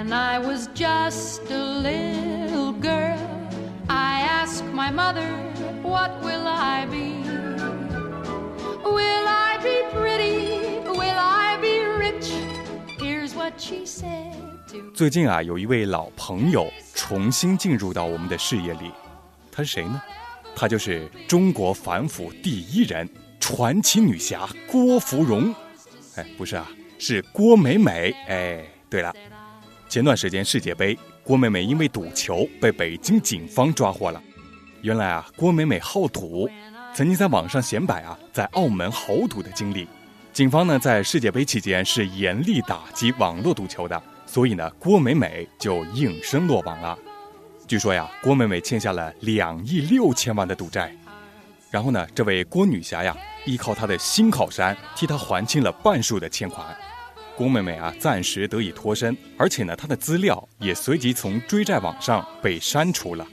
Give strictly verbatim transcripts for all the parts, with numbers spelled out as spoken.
When I was just a little girl, I asked my mother, what will I be? Will I be pretty? Will I be rich? Here's what she said to... 最近啊，有一位老朋友重新进入到我们的视野里，他是谁呢？他就是中国反腐第一人，传奇女侠郭芙蓉。哎，不是啊，是郭美美。哎，对了，前段时间世界杯，郭美美因为赌球被北京警方抓获了。原来啊，郭美美好赌，曾经在网上显摆啊，在澳门豪赌的经历。警方呢，在世界杯期间是严厉打击网络赌球的，所以呢，郭美美就应声落网了。据说呀，郭美美欠下了两亿六千万的赌债。然后呢，这位郭女侠呀，依靠她的新靠山，替她还清了半数的欠款。郭美美啊，暂时得以脱身，而且呢，她的资料也随即从追债网上被删除了。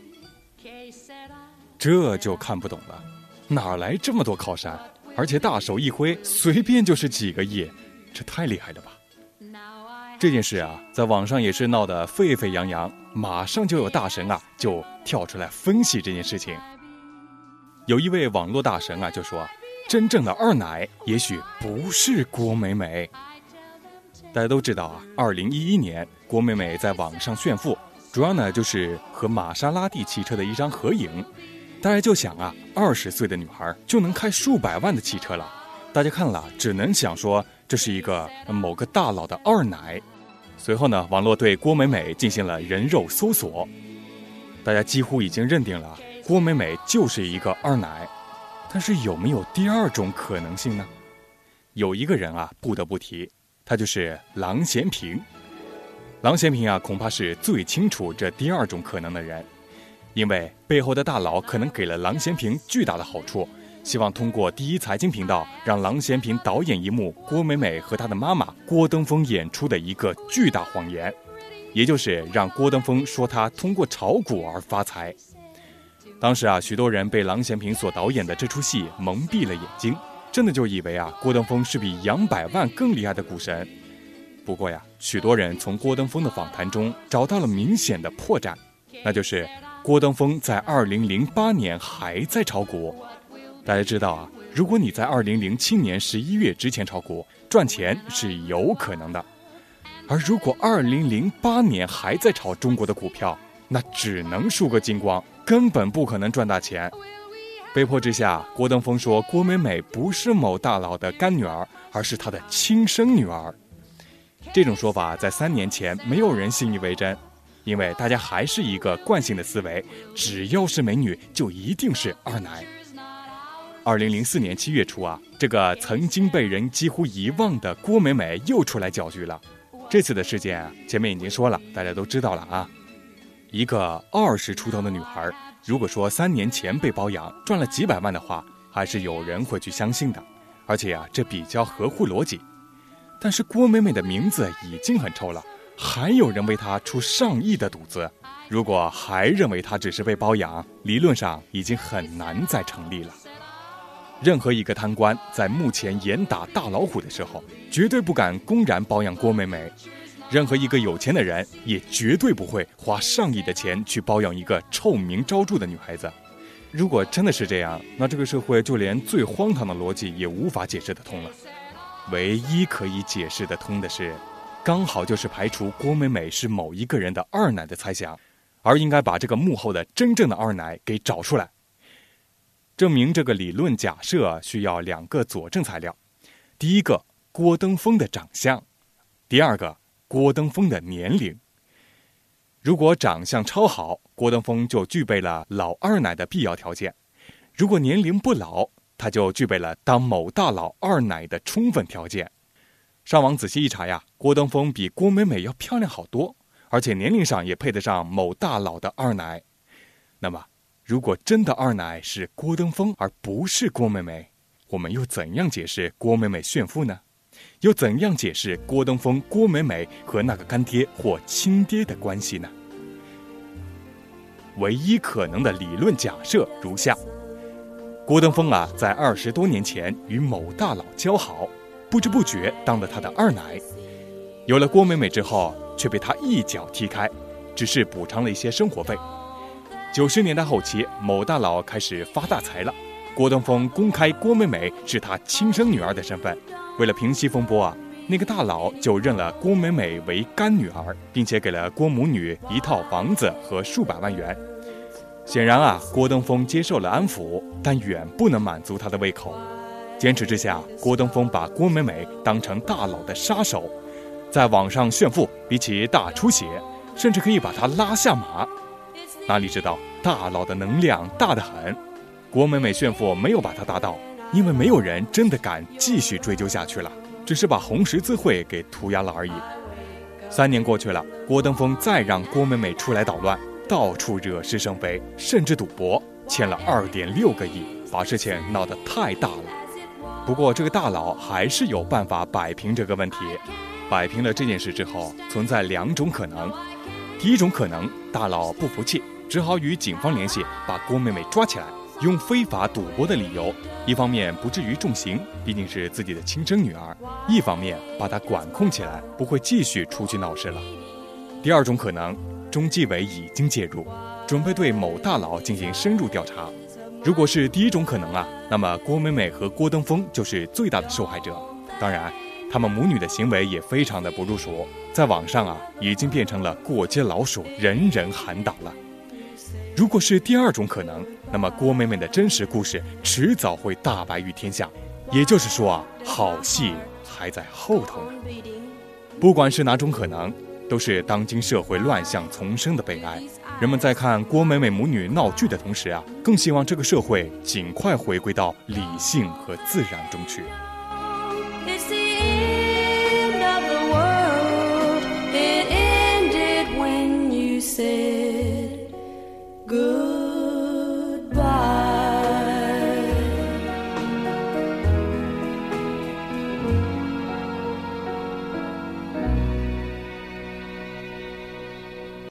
这就看不懂了，哪来这么多靠山？而且大手一挥，随便就是几个亿，这太厉害了吧！这件事啊，在网上也是闹得沸沸扬扬，马上就有大神啊，就跳出来分析这件事情。有一位网络大神啊，就说，真正的二奶也许不是郭美美。大家都知道啊，二零一一年郭美美在网上炫富，主要呢就是和玛莎拉蒂汽车的一张合影。大家就想啊，二十岁的女孩就能开数百万的汽车了，大家看了只能想说这是一个某个大佬的二奶。随后呢，网络对郭美美进行了人肉搜索，大家几乎已经认定了郭美美就是一个二奶。但是有没有第二种可能性呢？有一个人啊不得不提，他就是郎咸平。郎咸平啊，恐怕是最清楚这第二种可能的人，因为背后的大佬可能给了郎咸平巨大的好处，希望通过第一财经频道让郎咸平导演一幕郭美美和她的妈妈郭登峰演出的一个巨大谎言，也就是让郭登峰说他通过炒股而发财。当时啊，许多人被郎咸平所导演的这出戏蒙蔽了眼睛，真的就以为啊，郭登峰是比杨百万更厉害的股神。不过呀，许多人从郭登峰的访谈中找到了明显的破绽，那就是郭登峰在二零零八年还在炒股。大家知道啊，如果你在二零零七年十一月之前炒股，赚钱是有可能的。而如果二零零八年还在炒中国的股票，那只能输个精光，根本不可能赚大钱。被迫之下，郭登峰说郭美美不是某大佬的干女儿，而是他的亲生女儿。这种说法在三年前没有人信以为真，因为大家还是一个惯性的思维，只要是美女就一定是二奶。二零零四年七月初啊，这个曾经被人几乎遗忘的郭美美又出来搅局了。这次的事件啊，前面已经说了，大家都知道了啊。一个二十出头的女孩，如果说三年前被包养赚了几百万的话，还是有人会去相信的，而且啊，这比较合乎逻辑。但是郭美美的名字已经很臭了，还有人为她出上亿的赌资，如果还认为她只是被包养，理论上已经很难再成立了。任何一个贪官在目前严打大老虎的时候，绝对不敢公然包养郭美美。任何一个有钱的人也绝对不会花上亿的钱去包养一个臭名昭著的女孩子。如果真的是这样，那这个社会就连最荒唐的逻辑也无法解释得通了。唯一可以解释得通的是，刚好就是排除郭美美是某一个人的二奶的猜想，而应该把这个幕后的真正的二奶给找出来。证明这个理论假设需要两个佐证材料，第一个，郭登峰的长相，第二个，郭登峰的年龄。如果长相超好，郭登峰就具备了老二奶的必要条件；如果年龄不老，他就具备了当某大佬二奶的充分条件。上网仔细一查呀，郭登峰比郭美美要漂亮好多，而且年龄上也配得上某大佬的二奶。那么如果真的二奶是郭登峰而不是郭美美，我们又怎样解释郭美美炫富呢？又怎样解释郭登峰、郭美美和那个干爹或亲爹的关系呢？唯一可能的理论假设如下：郭登峰啊，在二十多年前与某大佬交好，不知不觉当了他的二奶。有了郭美美之后， 却被他一脚踢开，只是补偿了一些生活费。九十年代后期，某大佬开始发大财了，郭登峰公开郭美美是他亲生女儿的身份。为了平息风波啊，那个大佬就认了郭美美为干女儿，并且给了郭母女一套房子和数百万元。显然啊，郭登峰接受了安抚，但远不能满足他的胃口。坚持之下，郭登峰把郭美美当成大佬的杀手，在网上炫富，比起大出血，甚至可以把他拉下马。哪里知道大佬的能量大得很，郭美美炫富没有把他打倒，因为没有人真的敢继续追究下去了，只是把红十字会给涂鸦了而已。三年过去了，郭登峰再让郭美美出来捣乱，到处惹是生非，甚至赌博，欠了二点六个亿，把事情闹得太大了。不过这个大佬还是有办法摆平这个问题。摆平了这件事之后，存在两种可能。第一种可能，大佬不服气，只好与警方联系，把郭美美抓起来，用非法赌博的理由，一方面不至于重刑，毕竟是自己的亲生女儿，一方面把她管控起来，不会继续出去闹事了。第二种可能，中纪委已经介入，准备对某大佬进行深入调查。如果是第一种可能啊，那么郭美美和郭登峰就是最大的受害者。当然，他们母女的行为也非常的不入俗，在网上啊已经变成了过街老鼠，人人喊打了。如果是第二种可能，那么郭美美的真实故事迟早会大白于天下。也就是说啊，好戏还在后头呢。不管是哪种可能，都是当今社会乱象丛生的悲哀。人们在看郭美美母女闹剧的同时啊，更希望这个社会尽快回归到理性和自然中去。 It's the end of the world. It ended when you said goodbye.